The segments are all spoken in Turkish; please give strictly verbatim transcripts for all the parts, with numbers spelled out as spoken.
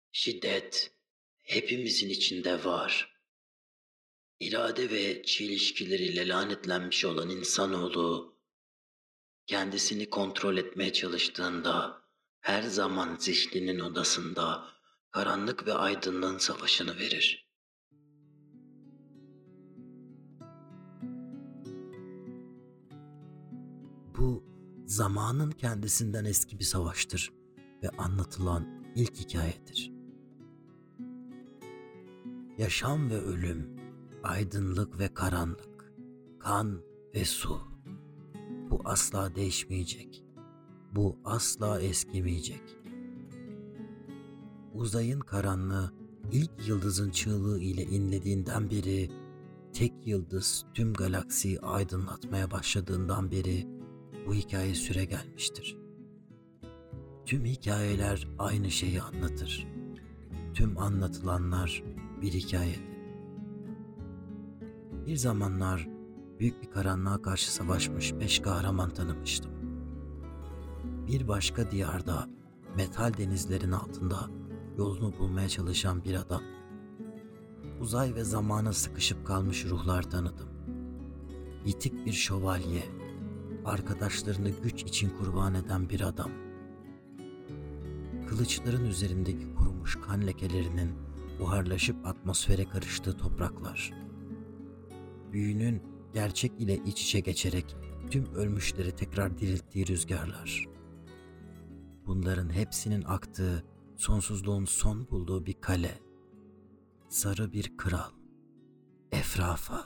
Şiddet hepimizin içinde var. İrade ve çelişkileriyle lanetlenmiş olan insanoğlu, kendisini kontrol etmeye çalıştığında her zaman zihninin odasında karanlık ve aydınlığın savaşını verir. Bu zamanın kendisinden eski bir savaştır ve anlatılan ilk hikayedir. Yaşam ve ölüm, aydınlık ve karanlık, kan ve su. Bu asla değişmeyecek. Bu asla eskimeyecek. Uzayın karanlığı ilk yıldızın çığlığı ile inlediğinden beri, tek yıldız tüm galaksiyi aydınlatmaya başladığından beri bu hikaye süre gelmiştir. Tüm hikayeler aynı şeyi anlatır. Tüm anlatılanlar bir hikayedir. Bir zamanlar büyük bir karanlığa karşı savaşmış beş kahraman tanımıştım. Bir başka diyarda metal denizlerin altında yolunu bulmaya çalışan bir adam. Uzay ve zamana sıkışıp kalmış ruhlar tanıdım. Yitik bir şövalye, arkadaşlarını güç için kurban eden bir adam. Kılıçların üzerindeki kurumuş kan lekelerinin buharlaşıp atmosfere karıştığı topraklar. Büyünün gerçek ile iç içe geçerek tüm ölmüşleri tekrar dirilttiği rüzgarlar. Bunların hepsinin aktığı, sonsuzluğun son bulduğu bir kale. Sarı bir kral. Efrafa.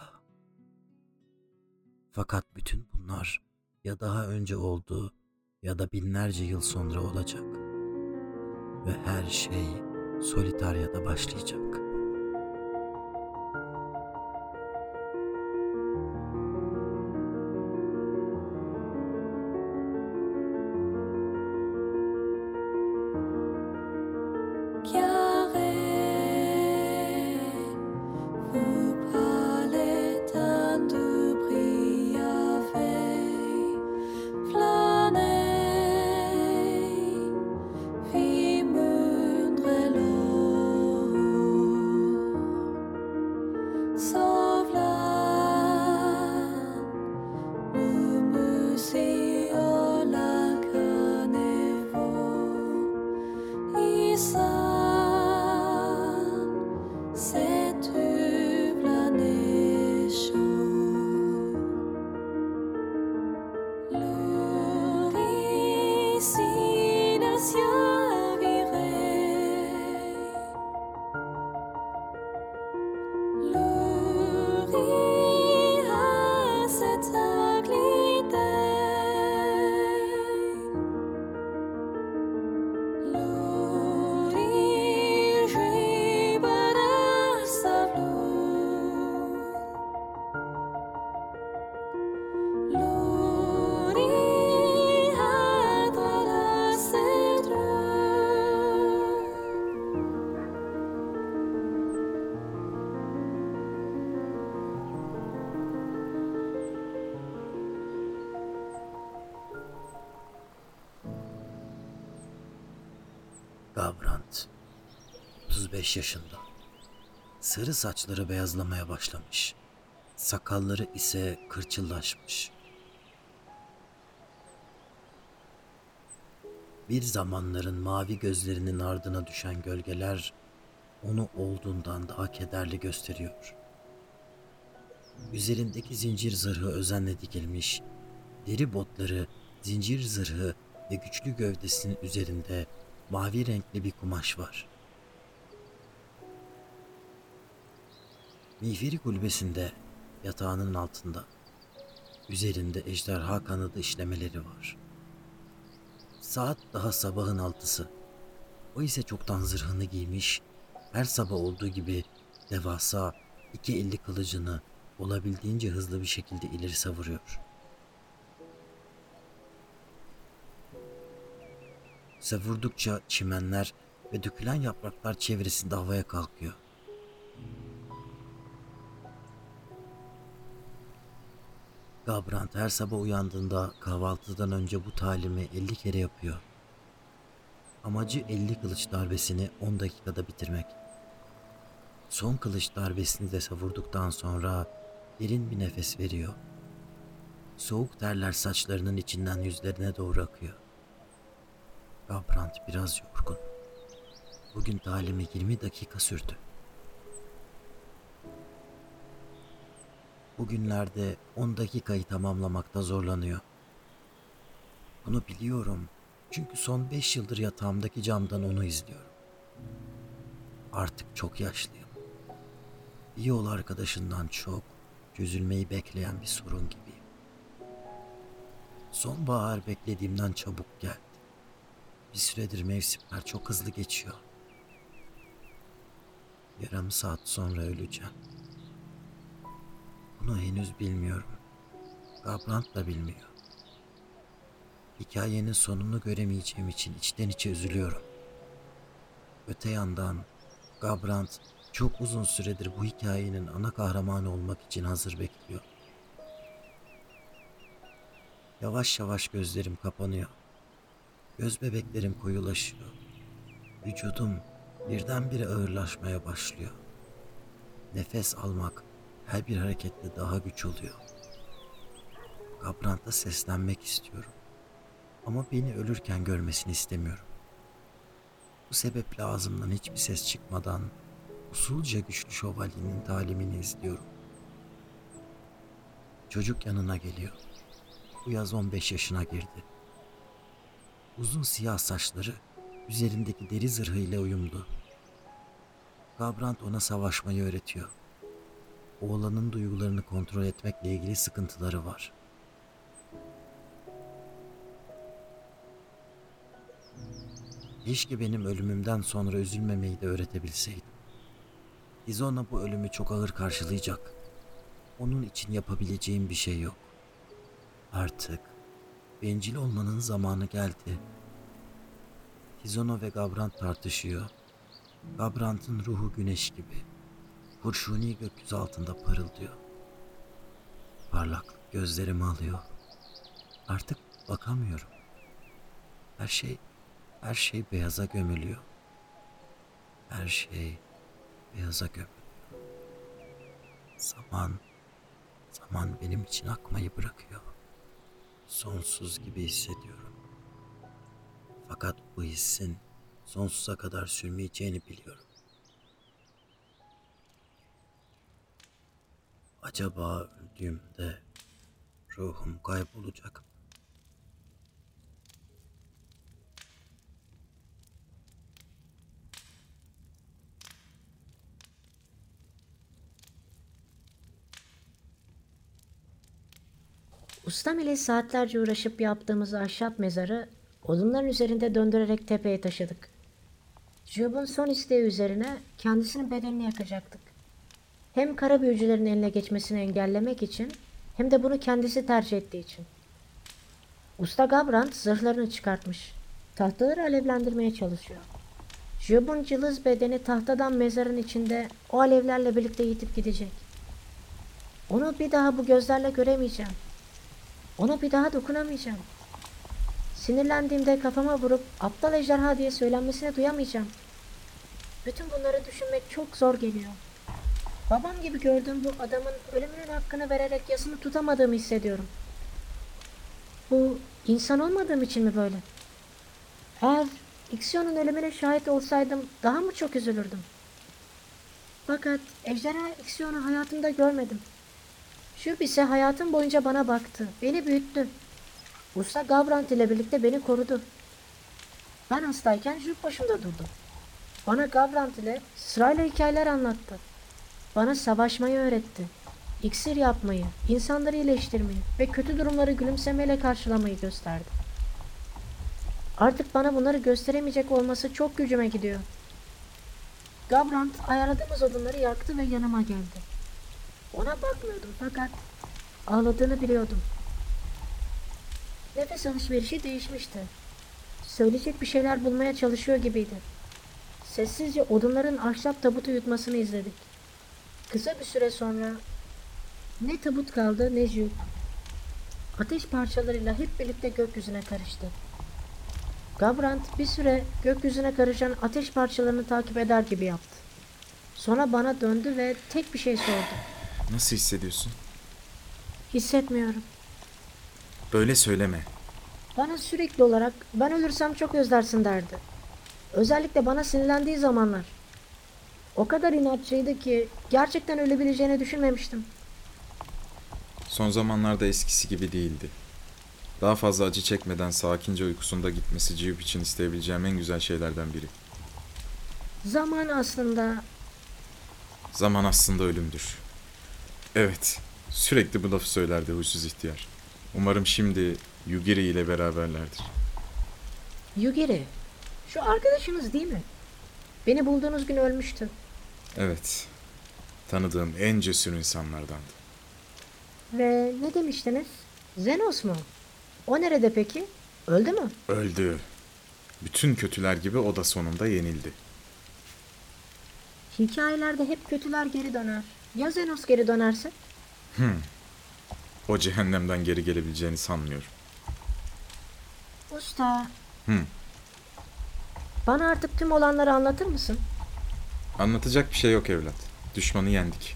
Fakat bütün bunlar ya daha önce oldu ya da binlerce yıl sonra olacak. Ve her şey Solitarya'da başlayacak. Gabrant, otuz beş yaşında. Sarı saçları beyazlamaya başlamış. Sakalları ise kırçıllaşmış. Bir zamanların mavi gözlerinin ardına düşen gölgeler onu olduğundan daha kederli gösteriyor. Üzerindeki zincir zırhı özenle dikilmiş, deri botları, zincir zırhı ve güçlü gövdesinin üzerinde mavi renkli bir kumaş var. Miğferi kulübesinde, yatağının altında, üzerinde ejderha kanadı işlemeleri var. Saat daha sabahın altısı. O ise çoktan zırhını giymiş, her sabah olduğu gibi devasa iki elli kılıcını olabildiğince hızlı bir şekilde ileri savuruyor. Savurdukça çimenler ve dökülen yapraklar çevresinde havaya kalkıyor. Gabrant her sabah uyandığında kahvaltıdan önce bu talimi elli kere yapıyor. Amacı elli kılıç darbesini on dakikada bitirmek. Son kılıç darbesini de savurduktan sonra derin bir nefes veriyor. Soğuk terler saçlarının içinden yüzlerine doğru akıyor. Gabrant biraz yorgun. Bugün talimi yirmi dakika sürdü. Bugünlerde on dakikayı tamamlamakta zorlanıyor. Bunu biliyorum. Çünkü son beş yıldır yatağımdaki camdan onu izliyorum. Artık çok yaşlıyım. Bir yol arkadaşından çok çözülmeyi bekleyen bir sorun gibiyim. Sonbahar beklediğimden çabuk geldi. Bir süredir mevsimler çok hızlı geçiyor. Yarım saat sonra öleceğim. Bunu henüz bilmiyorum. Gabrant da bilmiyor. Hikayenin sonunu göremeyeceğim için içten içe üzülüyorum. Öte yandan Gabrant çok uzun süredir bu hikayenin ana kahramanı olmak için hazır bekliyor. Yavaş yavaş gözlerim kapanıyor. Göz bebeklerim koyulaşıyor. Vücudum birdenbire ağırlaşmaya başlıyor. Nefes almak her bir hareketle daha güç oluyor. Gabrant'a seslenmek istiyorum. Ama beni ölürken görmesini istemiyorum. Bu sebeple ağzımdan hiçbir ses çıkmadan usulca güçlü şövalyenin talimini izliyorum. Çocuk yanına geliyor. Bu yaz on beş yaşına girdi. Uzun siyah saçları üzerindeki deri zırhıyla uyumlu. Gabrant ona savaşmayı öğretiyor. Oğlanın duygularını kontrol etmekle ilgili sıkıntıları var. Keşke benim ölümümden sonra üzülmemeyi de öğretebilseydim. Izona bu ölümü çok ağır karşılayacak. Onun için yapabileceğim bir şey yok. Artık bencil olmanın zamanı geldi. Tizono ve Gabrant tartışıyor. Gabrant'ın ruhu güneş gibi. Kurşuni gökyüzü altında parıldıyor. Parlaklık gözlerimi alıyor. Artık bakamıyorum. Her şey, her şey beyaza gömülüyor. Her şey beyaza gömülüyor. Zaman, zaman benim için akmayı bırakıyor. Sonsuz gibi hissediyorum. Fakat bu hissin sonsuza kadar sürmeyeceğini biliyorum. Acaba öldüğümde ruhum kaybolacak mı? Ustam ile saatlerce uğraşıp yaptığımız ahşap mezarı odunların üzerinde döndürerek tepeye taşıdık. Job'un son isteği üzerine kendisinin bedenini yakacaktık. Hem kara büyücülerin eline geçmesini engellemek için hem de bunu kendisi tercih ettiği için. Usta Gabrant zırhlarını çıkartmış. Tahtaları alevlendirmeye çalışıyor. Job'un cılız bedeni tahtadan mezarın içinde o alevlerle birlikte yitip gidecek. Onu bir daha bu gözlerle göremeyeceğim. Ona bir daha dokunamayacağım. Sinirlendiğimde kafama vurup aptal ejderha diye söylenmesini duyamayacağım. Bütün bunları düşünmek çok zor geliyor. Babam gibi gördüğüm bu adamın ölümünün hakkını vererek yasını tutamadığımı hissediyorum. Bu insan olmadığım için mi böyle? Eğer Ixion'un ölümüne şahit olsaydım daha mı çok üzülürdüm? Fakat ejderha Ixion'u hayatımda görmedim. Şub ise hayatım boyunca bana baktı, beni büyüttü. Usta Gabrant ile birlikte beni korudu. Ben hastayken Şub başımda durdu. Bana Gabrant ile sırayla hikayeler anlattı. Bana savaşmayı öğretti. İksir yapmayı, insanları iyileştirmeyi ve kötü durumları gülümsemeyle karşılamayı gösterdi. Artık bana bunları gösteremeyecek olması çok gücüme gidiyor. Gabrant ayarladığımız odunları yaktı ve yanıma geldi. Ona bakmıyordum fakat ağladığını biliyordum. Nefes alışverişi değişmişti. Söyleyecek bir şeyler bulmaya çalışıyor gibiydi. Sessizce odunların ahşap tabutu yutmasını izledik. Kısa bir süre sonra ne tabut kaldı ne jüp. Ateş parçalarıyla hep birlikte gökyüzüne karıştı. Gabrant bir süre gökyüzüne karışan ateş parçalarını takip eder gibi yaptı. Sonra bana döndü ve tek bir şey sordu. Nasıl hissediyorsun? Hissetmiyorum. Böyle söyleme. Bana sürekli olarak ben ölürsem çok özlersin derdi. Özellikle bana sinirlendiği zamanlar. O kadar inatçıydı ki gerçekten ölebileceğini düşünmemiştim. Son zamanlarda eskisi gibi değildi. Daha fazla acı çekmeden sakince uykusunda gitmesi Ciyup için isteyebileceğim en güzel şeylerden biri. Zaman aslında Zaman aslında ölümdür. Evet, sürekli bu lafı söylerdi huysuz ihtiyar. Umarım şimdi Yugiri ile beraberlerdir. Yugiri. Şu arkadaşınız değil mi? Beni bulduğunuz gün ölmüştü. Evet, tanıdığım en cesur insanlardandı. Ve ne demiştiniz? Zenos mu? O nerede peki? Öldü mü? Öldü. Bütün kötüler gibi o da sonunda yenildi. Hikayelerde hep kötüler geri döner. Ya Zenos geri dönerse? O cehennemden geri gelebileceğini sanmıyorum. Usta. Hı. Bana artık tüm olanları anlatır mısın? Anlatacak bir şey yok evlat. Düşmanı yendik.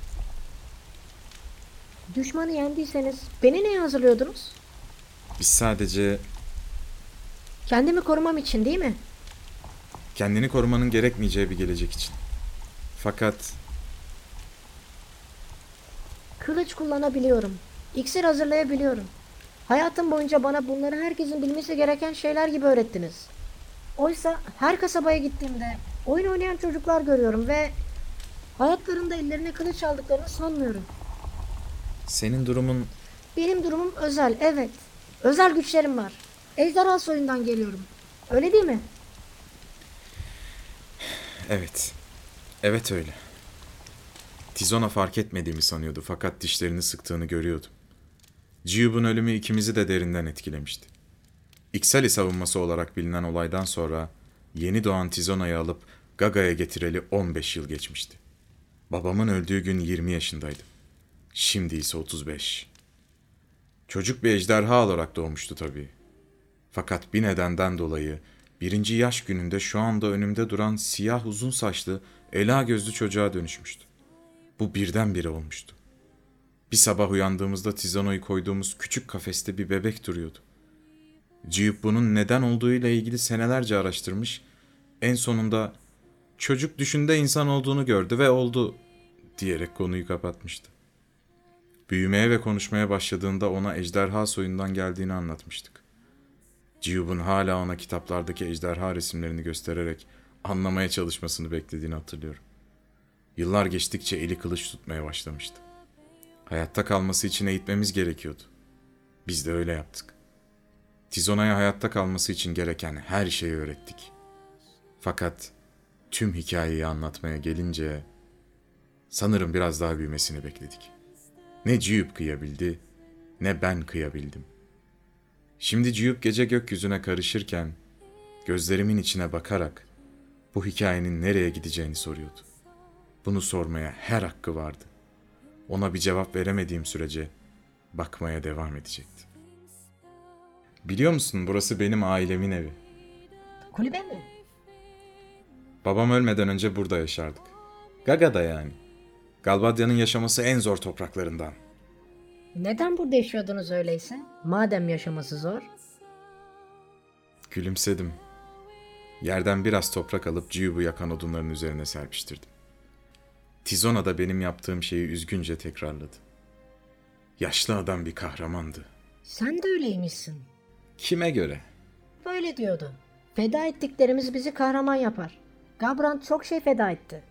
Düşmanı yendiyseniz beni neye hazırlıyordunuz? Biz sadece Kendimi korumam için değil mi? kendini korumanın gerekmeyeceği bir gelecek için. Fakat Kılıç kullanabiliyorum. İksir hazırlayabiliyorum. Hayatım boyunca bana bunları herkesin bilmesi gereken şeyler gibi öğrettiniz. Oysa her kasabaya gittiğimde oyun oynayan çocuklar görüyorum ve hayatlarında ellerine kılıç aldıklarını sanmıyorum. senin durumun Benim durumum özel, evet. Özel güçlerim var. Ejderha soyundan geliyorum. Öyle değil mi? evet. Evet öyle. Tizona fark etmediğimi sanıyordu fakat dişlerini sıktığını görüyordum. Ciyub'un ölümü ikimizi de derinden etkilemişti. İksali savunması olarak bilinen olaydan sonra yeni doğan Tizona'yı alıp Gaga'ya getireli on beş yıl geçmişti. Babamın öldüğü gün yirmi yaşındaydım. Şimdi ise otuz beş. Çocuk bir ejderha olarak doğmuştu tabii. Fakat bir nedenden dolayı birinci yaş gününde şu anda önümde duran siyah uzun saçlı, ela gözlü çocuğa dönüşmüştü. Bu birdenbire olmuştu. Bir sabah uyandığımızda Tizona'yı koyduğumuz küçük kafeste bir bebek duruyordu. Ciyup bunun neden olduğuyla ilgili senelerce araştırmış, en sonunda çocuk düşünde insan olduğunu gördü ve oldu diyerek konuyu kapatmıştı. Büyümeye ve konuşmaya başladığında ona ejderha soyundan geldiğini anlatmıştık. Ciyub'un hala ona kitaplardaki ejderha resimlerini göstererek anlamaya çalışmasını beklediğini hatırlıyorum. Yıllar geçtikçe eli kılıç tutmaya başlamıştı. Hayatta kalması için eğitmemiz gerekiyordu. Biz de öyle yaptık. Tizona'ya hayatta kalması için gereken her şeyi öğrettik. Fakat tüm hikayeyi anlatmaya gelince sanırım biraz daha büyümesini bekledik. Ne Ciyup kıyabildi, ne ben kıyabildim. Şimdi Ciyup gece gökyüzüne karışırken gözlerimin içine bakarak bu hikayenin nereye gideceğini soruyordu. Bunu sormaya her hakkı vardı. Ona bir cevap veremediğim sürece bakmaya devam edecekti. Biliyor musun, burası benim ailemin evi. Kulübe mi? Babam ölmeden önce burada yaşardık. Gaga'da yani. Galvadia'nın yaşaması en zor topraklarından. Neden burada yaşıyordunuz öyleyse? Madem yaşaması zor. Gülümsedim. Yerden biraz toprak alıp Ciyub'u yakan odunların üzerine serpiştirdim. Tizona da benim yaptığım şeyi üzgünce tekrarladı. Yaşlı adam bir kahramandı. Sen de öyleymişsin. Kime göre? Böyle diyordu. Feda ettiklerimiz bizi kahraman yapar. Gabrant çok şey feda etti.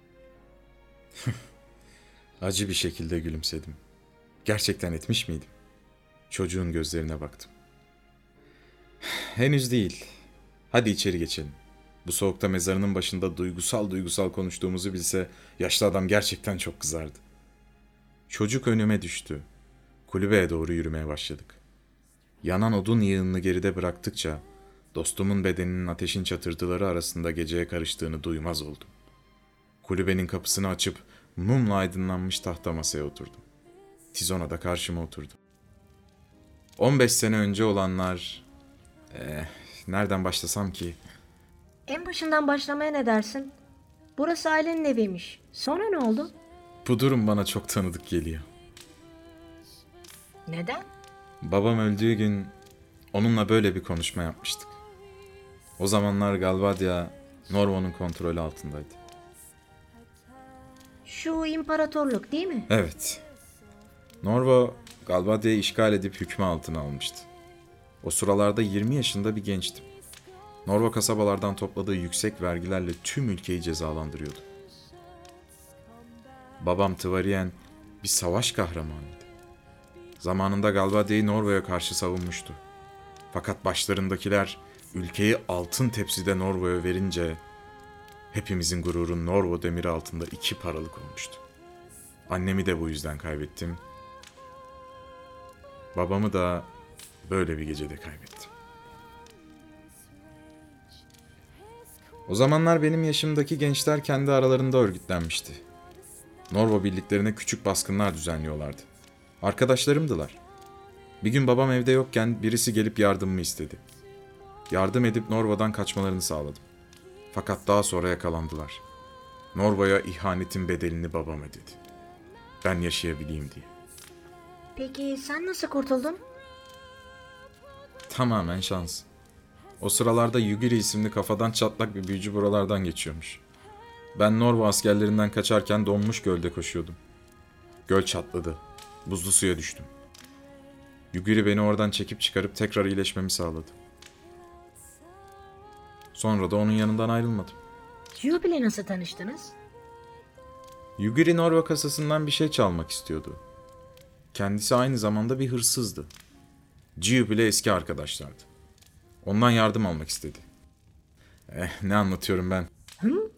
Acı bir şekilde gülümsedim. Gerçekten etmiş miydim? Çocuğun gözlerine baktım. Henüz değil. Hadi içeri geçelim. Bu soğukta mezarının başında duygusal duygusal konuştuğumuzu bilse yaşlı adam gerçekten çok kızardı. Çocuk önüme düştü. Kulübeye doğru yürümeye başladık. Yanan odun yığınını geride bıraktıkça dostumun bedeninin ateşin çatırtıları arasında geceye karıştığını duymaz oldum. Kulübenin kapısını açıp mumla aydınlanmış tahta masaya oturdum. Tizona da karşıma oturdu. on beş sene önce olanlar... Eh, nereden başlasam ki? En başından başlamaya ne dersin? Burası ailenin eviymiş. Sonra ne oldu? Bu durum bana çok tanıdık geliyor. Neden? Babam öldüğü gün onunla böyle bir konuşma yapmıştık. O zamanlar Galvadia Norvo'nun kontrolü altındaydı. Şu imparatorluk değil mi? Evet. Norvo Galvadia'yı işgal edip hükmü altına almıştı. O sıralarda yirmi yaşında bir gençtim. Norvo kasabalardan topladığı yüksek vergilerle tüm ülkeyi cezalandırıyordu. Babam Tvarien bir savaş kahramanıydı. Zamanında Galvadia'yı Norvo'ya karşı savunmuştu. Fakat başlarındakiler ülkeyi altın tepside Norvo'ya verince hepimizin gururu Norvo demiri altında iki paralık olmuştu. Annemi de bu yüzden kaybettim. Babamı da böyle bir gecede kaybettim. O zamanlar benim yaşımdaki gençler kendi aralarında örgütlenmişti. Norvo birliklerine küçük baskınlar düzenliyorlardı. Arkadaşlarımdılar. Bir gün babam evde yokken birisi gelip yardımımı istedi. Yardım edip Norvo'dan kaçmalarını sağladım. Fakat daha sonra yakalandılar. Norvo'ya ihanetin bedelini babam ödedi. Ben yaşayabileyim diye. Peki sen nasıl kurtuldun? Tamamen şans. O sıralarda Yugiri isimli kafadan çatlak bir büyücü buralardan geçiyormuş. Ben Norvo askerlerinden kaçarken donmuş gölde koşuyordum. Göl çatladı. Buzlu suya düştüm. Yugiri beni oradan çekip çıkarıp tekrar iyileşmemi sağladı. Sonra da onun yanından ayrılmadım. Jubi ile nasıl tanıştınız? Yugiri Norvo kasasından bir şey çalmak istiyordu. Kendisi aynı zamanda bir hırsızdı. Giup ile eski arkadaşlardı. Ondan yardım almak istedi. Eh, ne anlatıyorum ben? Hı?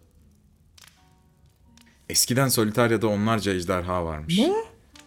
Eskiden Solitaria'da onlarca ejderha varmış. Ne?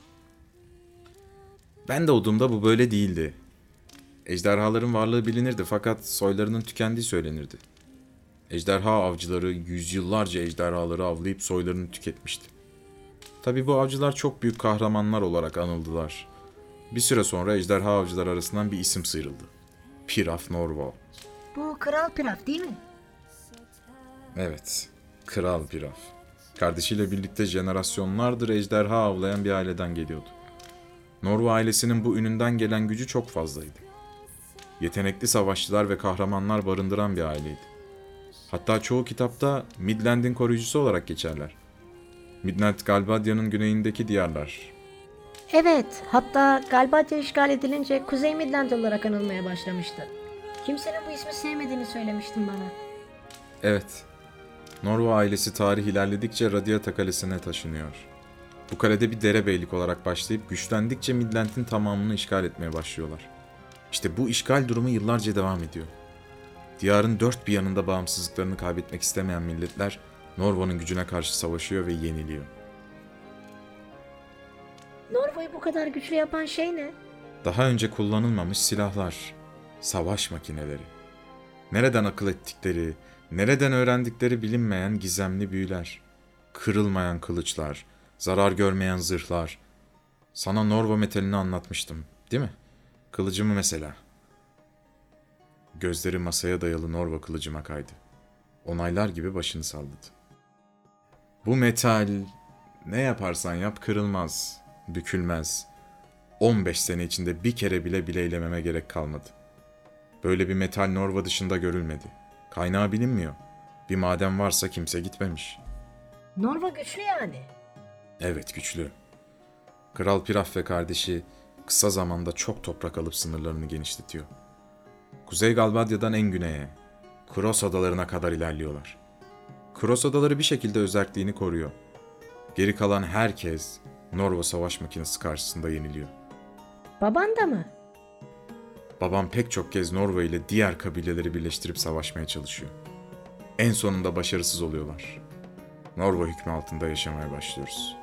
Ben doğduğumda bu böyle değildi. Ejderhaların varlığı bilinirdi fakat soylarının tükendiği söylenirdi. Ejderha avcıları yüzyıllarca ejderhaları avlayıp soylarını tüketmişti. Tabii bu avcılar çok büyük kahramanlar olarak anıldılar. Bir süre sonra ejderha avcılar arasından bir isim sıyrıldı. Piraf Norvo. Bu Kral Piraf değil mi? Evet, Kral Piraf. Kardeşiyle birlikte jenerasyonlardır ejderha avlayan bir aileden geliyordu. Norvo ailesinin bu ününden gelen gücü çok fazlaydı. Yetenekli savaşçılar ve kahramanlar barındıran bir aileydi. Hatta çoğu kitapta Midland'in koruyucusu olarak geçerler. Midland, Galvadia'nın güneyindeki diyarlar. Evet, hatta Galbadia işgal edilince Kuzey Midland olarak anılmaya başlamıştı. Kimsenin bu ismi sevmediğini söylemiştin bana. Evet, Norvo ailesi tarih ilerledikçe Radiata Kalesi'ne taşınıyor. Bu kalede bir derebeylik olarak başlayıp güçlendikçe Midland'in tamamını işgal etmeye başlıyorlar. İşte bu işgal durumu yıllarca devam ediyor. Diyarın dört bir yanında bağımsızlıklarını kaybetmek istemeyen milletler Norvo'nun gücüne karşı savaşıyor ve yeniliyor. Norvo'yu bu kadar güçlü yapan şey ne? Daha önce kullanılmamış silahlar, savaş makineleri. Nereden akıl ettikleri, nereden öğrendikleri bilinmeyen gizemli büyüler. Kırılmayan kılıçlar, zarar görmeyen zırhlar. Sana Norvo metalini anlatmıştım, değil mi? Kılıcımı mesela. Gözleri masaya dayalı Norvo kılıcıma kaydı. Onaylar gibi başını salladı. Bu metal ne yaparsan yap kırılmaz, bükülmez. on beş sene içinde bir kere bile bileylememe gerek kalmadı. Böyle bir metal Norvo dışında görülmedi. Kaynağı bilinmiyor. Bir maden varsa kimse gitmemiş. Norvo güçlü yani. Evet, güçlü. Kral Piraf ve kardeşi kısa zamanda çok toprak alıp sınırlarını genişletiyor. Kuzey Galvadia'dan en güneye, Kros adalarına kadar ilerliyorlar. Kros adaları bir şekilde özerkliğini koruyor. Geri kalan herkes Norvo savaş makinesi karşısında yeniliyor. Baban da mı? Babam pek çok kez Norvo ile diğer kabileleri birleştirip savaşmaya çalışıyor. En sonunda başarısız oluyorlar. Norvo hükmü altında yaşamaya başlıyoruz.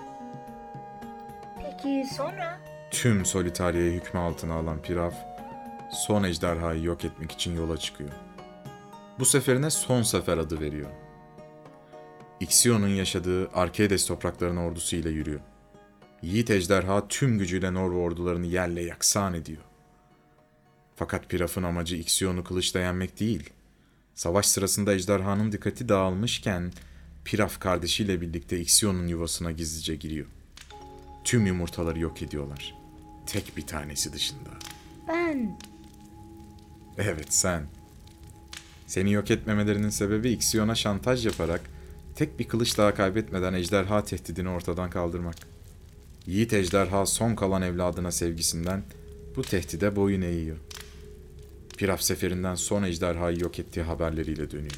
Peki sonra? Tüm Solitaria'yı hükmü altına alan Piraf, son ejderhayı yok etmek için yola çıkıyor. Bu seferine Son Sefer adı veriyor. Ixion'un yaşadığı Arkedes topraklarına ordusuyla yürüyor. Yiğit ejderha tüm gücüyle Norvo ordularını yerle yaksan ediyor. Fakat Piraf'ın amacı Ixionu kılıçla yenmek değil. Savaş sırasında ejderhanın dikkati dağılmışken Piraf kardeşiyle birlikte Ixion'un yuvasına gizlice giriyor. Tüm yumurtaları yok ediyorlar. Tek bir tanesi dışında. Ben... Evet sen. Seni yok etmemelerinin sebebi Ixion'a şantaj yaparak tek bir kılıç daha kaybetmeden ejderha tehdidini ortadan kaldırmak. Yiğit ejderha son kalan evladına sevgisinden bu tehdide boyun eğiyor. Piraf seferinden son ejderhayı yok ettiği haberleriyle dönüyor.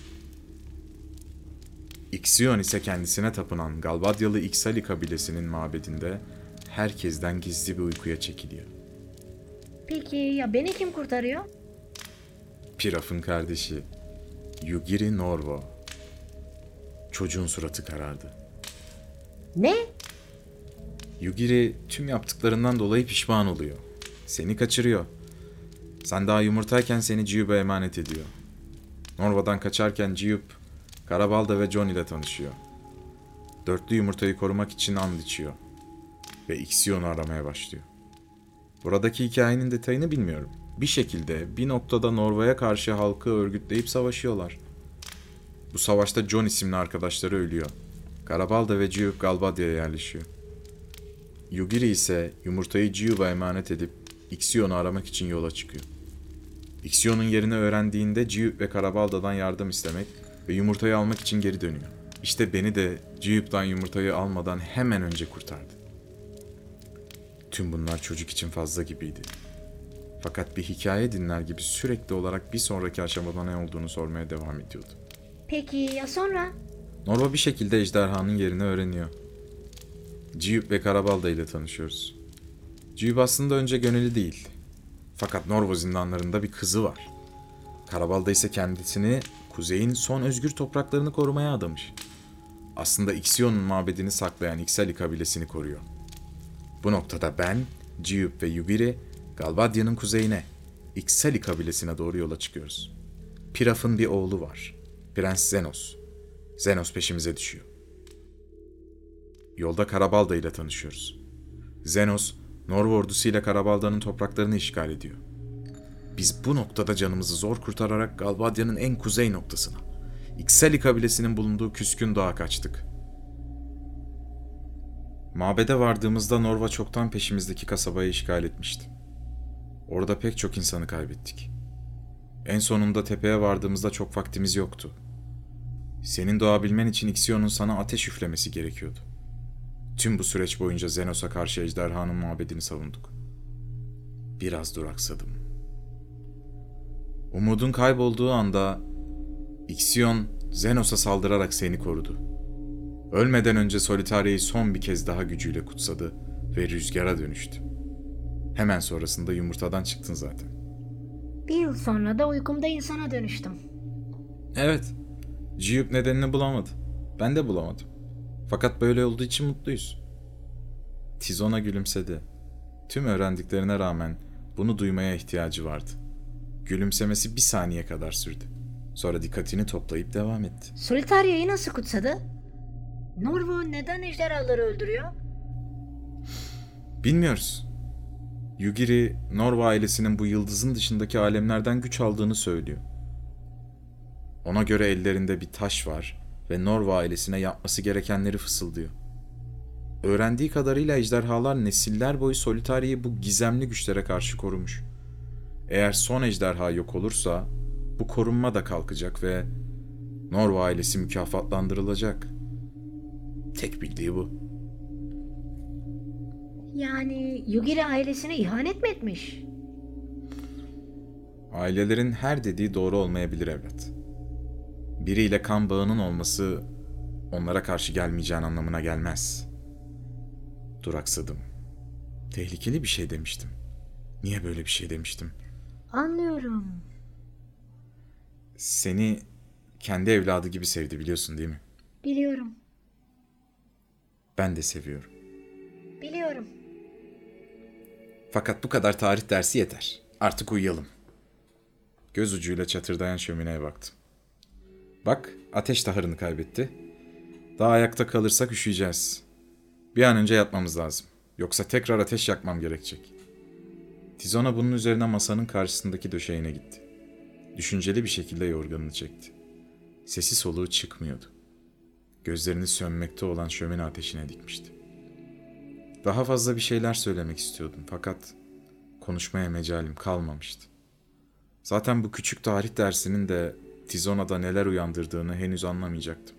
Ixion ise kendisine tapınan Galbadyalı Ixali kabilesinin mabedinde herkesten gizli bir uykuya çekiliyor. Peki ya beni kim kurtarıyor? Piraf'ın kardeşi Yugiri Norvo. Çocuğun suratı karardı. Ne? Yugiri tüm yaptıklarından dolayı pişman oluyor. Seni kaçırıyor. Sen daha yumurtayken seni Jiyub'a emanet ediyor. Norva'dan kaçarken Jiyub, Karabalda ve Jon ile tanışıyor. Dörtlü yumurtayı korumak için and içiyor. Ve Ixion'u aramaya başlıyor. Buradaki hikayenin detayını bilmiyorum. Bir şekilde bir noktada Norva'ya karşı halkı örgütleyip savaşıyorlar. Bu savaşta Jon isimli arkadaşları ölüyor. Karabalda ve Jiyub Galbadya'ya yerleşiyor. Yugiri ise yumurtayı Jiyub'a emanet edip Ixion'u aramak için yola çıkıyor. Ixion'un yerini öğrendiğinde Jiyub ve Karabalda'dan yardım istemek ve yumurtayı almak için geri dönüyor. İşte beni de Jiyub'dan yumurtayı almadan hemen önce kurtardı. Tüm bunlar çocuk için fazla gibiydi. Fakat bir hikaye dinler gibi sürekli olarak bir sonraki aşamada ne olduğunu sormaya devam ediyordu. Peki ya sonra? Norva bir şekilde ejderhanın yerini öğreniyor. Jiyub ve Karabalda ile tanışıyoruz. Jiyub aslında önce gönüllü değil. Fakat Norva zindanlarında bir kızı var. Karabalda ise kendisini kuzeyin son özgür topraklarını korumaya adamış. Aslında Ixion'un mabedini saklayan Ixali kabilesini koruyor. Bu noktada ben, Jiyub ve Yugiri, Galbadya'nın kuzeyine, Ixali kabilesine doğru yola çıkıyoruz. Piraf'ın bir oğlu var. Prens Zenos. Zenos peşimize düşüyor. Yolda Karabalda ile tanışıyoruz. Zenos, Norva ordusuyla Karabalda'nın topraklarını işgal ediyor. Biz bu noktada canımızı zor kurtararak Galbadya'nın en kuzey noktasına, Ixali kabilesinin bulunduğu küskün dağa kaçtık. Mabede vardığımızda Norva çoktan peşimizdeki kasabayı işgal etmişti. Orada pek çok insanı kaybettik. En sonunda tepeye vardığımızda çok vaktimiz yoktu. Senin doğabilmen için Ixion'un sana ateş üflemesi gerekiyordu. Tüm bu süreç boyunca Zenos'a karşı ejderhanın mabedini savunduk. Biraz duraksadım. Umudun kaybolduğu anda Ixion Zenos'a saldırarak seni korudu. Ölmeden önce Solitaria'yı son bir kez daha gücüyle kutsadı ve rüzgara dönüştü. Hemen sonrasında yumurtadan çıktın zaten. Bir yıl sonra da uykumda insana dönüştüm. Evet, Jiyub nedenini bulamadı. Ben de bulamadım. Fakat böyle olduğu için mutluyuz. Tizona gülümsedi. Tüm öğrendiklerine rağmen bunu duymaya ihtiyacı vardı. Gülümsemesi bir saniye kadar sürdü. Sonra dikkatini toplayıp devam etti. Solitaria'yı nasıl kutsadı? Norvo neden ejderhaları öldürüyor? Bilmiyoruz. Yugiri, Norva ailesinin bu yıldızın dışındaki alemlerden güç aldığını söylüyor. Ona göre ellerinde bir taş var ve Norva ailesine yapması gerekenleri fısıldıyor. Öğrendiği kadarıyla ejderhalar nesiller boyu Solitaria'yı bu gizemli güçlere karşı korumuş. Eğer son ejderha yok olursa bu korunma da kalkacak ve Norva ailesi mükafatlandırılacak. Tek bildiği bu. Yani Yugiri ailesine ihanet mi etmiş? Ailelerin her dediği doğru olmayabilir evlat. Biriyle kan bağının olması onlara karşı gelmeyeceğin anlamına gelmez. Duraksadım. Tehlikeli bir şey demiştim. Niye böyle bir şey demiştim? Anlıyorum. Seni kendi evladı gibi sevdi biliyorsun değil mi? Biliyorum. Ben de seviyorum. Biliyorum. Fakat bu kadar tarih dersi yeter. Artık uyuyalım. Göz ucuyla çatırdayan şömineye baktım. Bak, ateş taharını kaybetti. Daha ayakta kalırsak üşüyeceğiz. Bir an önce yatmamız lazım. Yoksa tekrar ateş yakmam gerekecek. Tizona bunun üzerine masanın karşısındaki döşeğine gitti. Düşünceli bir şekilde yorganını çekti. Sesi soluğu çıkmıyordu. Gözlerini sönmekte olan şömine ateşine dikmişti. Daha fazla bir şeyler söylemek istiyordum fakat konuşmaya mecalim kalmamıştı. Zaten bu küçük tarih dersinin de Tizona'da neler uyandırdığını henüz anlamayacaktım.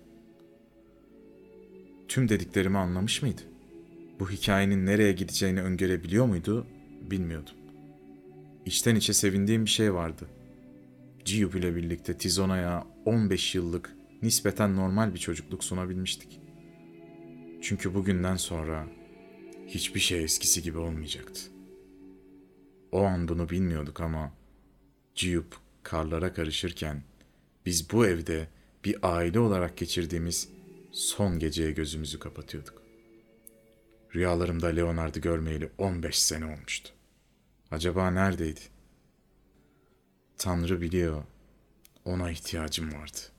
Tüm dediklerimi anlamış mıydı? Bu hikayenin nereye gideceğini öngörebiliyor muydu? Bilmiyordum. İçten içe sevindiğim bir şey vardı. Ciyup ile birlikte Tizona'ya on beş yıllık nispeten normal bir çocukluk sunabilmiştik. Çünkü bugünden sonra hiçbir şey eskisi gibi olmayacaktı. O an bunu bilmiyorduk ama Ciyup karlara karışırken biz bu evde bir aile olarak geçirdiğimiz son geceye gözümüzü kapatıyorduk. Rüyalarımda Leonard'ı görmeyeli on beş sene olmuştu. Acaba neredeydi? Tanrı biliyor, ona ihtiyacım vardı.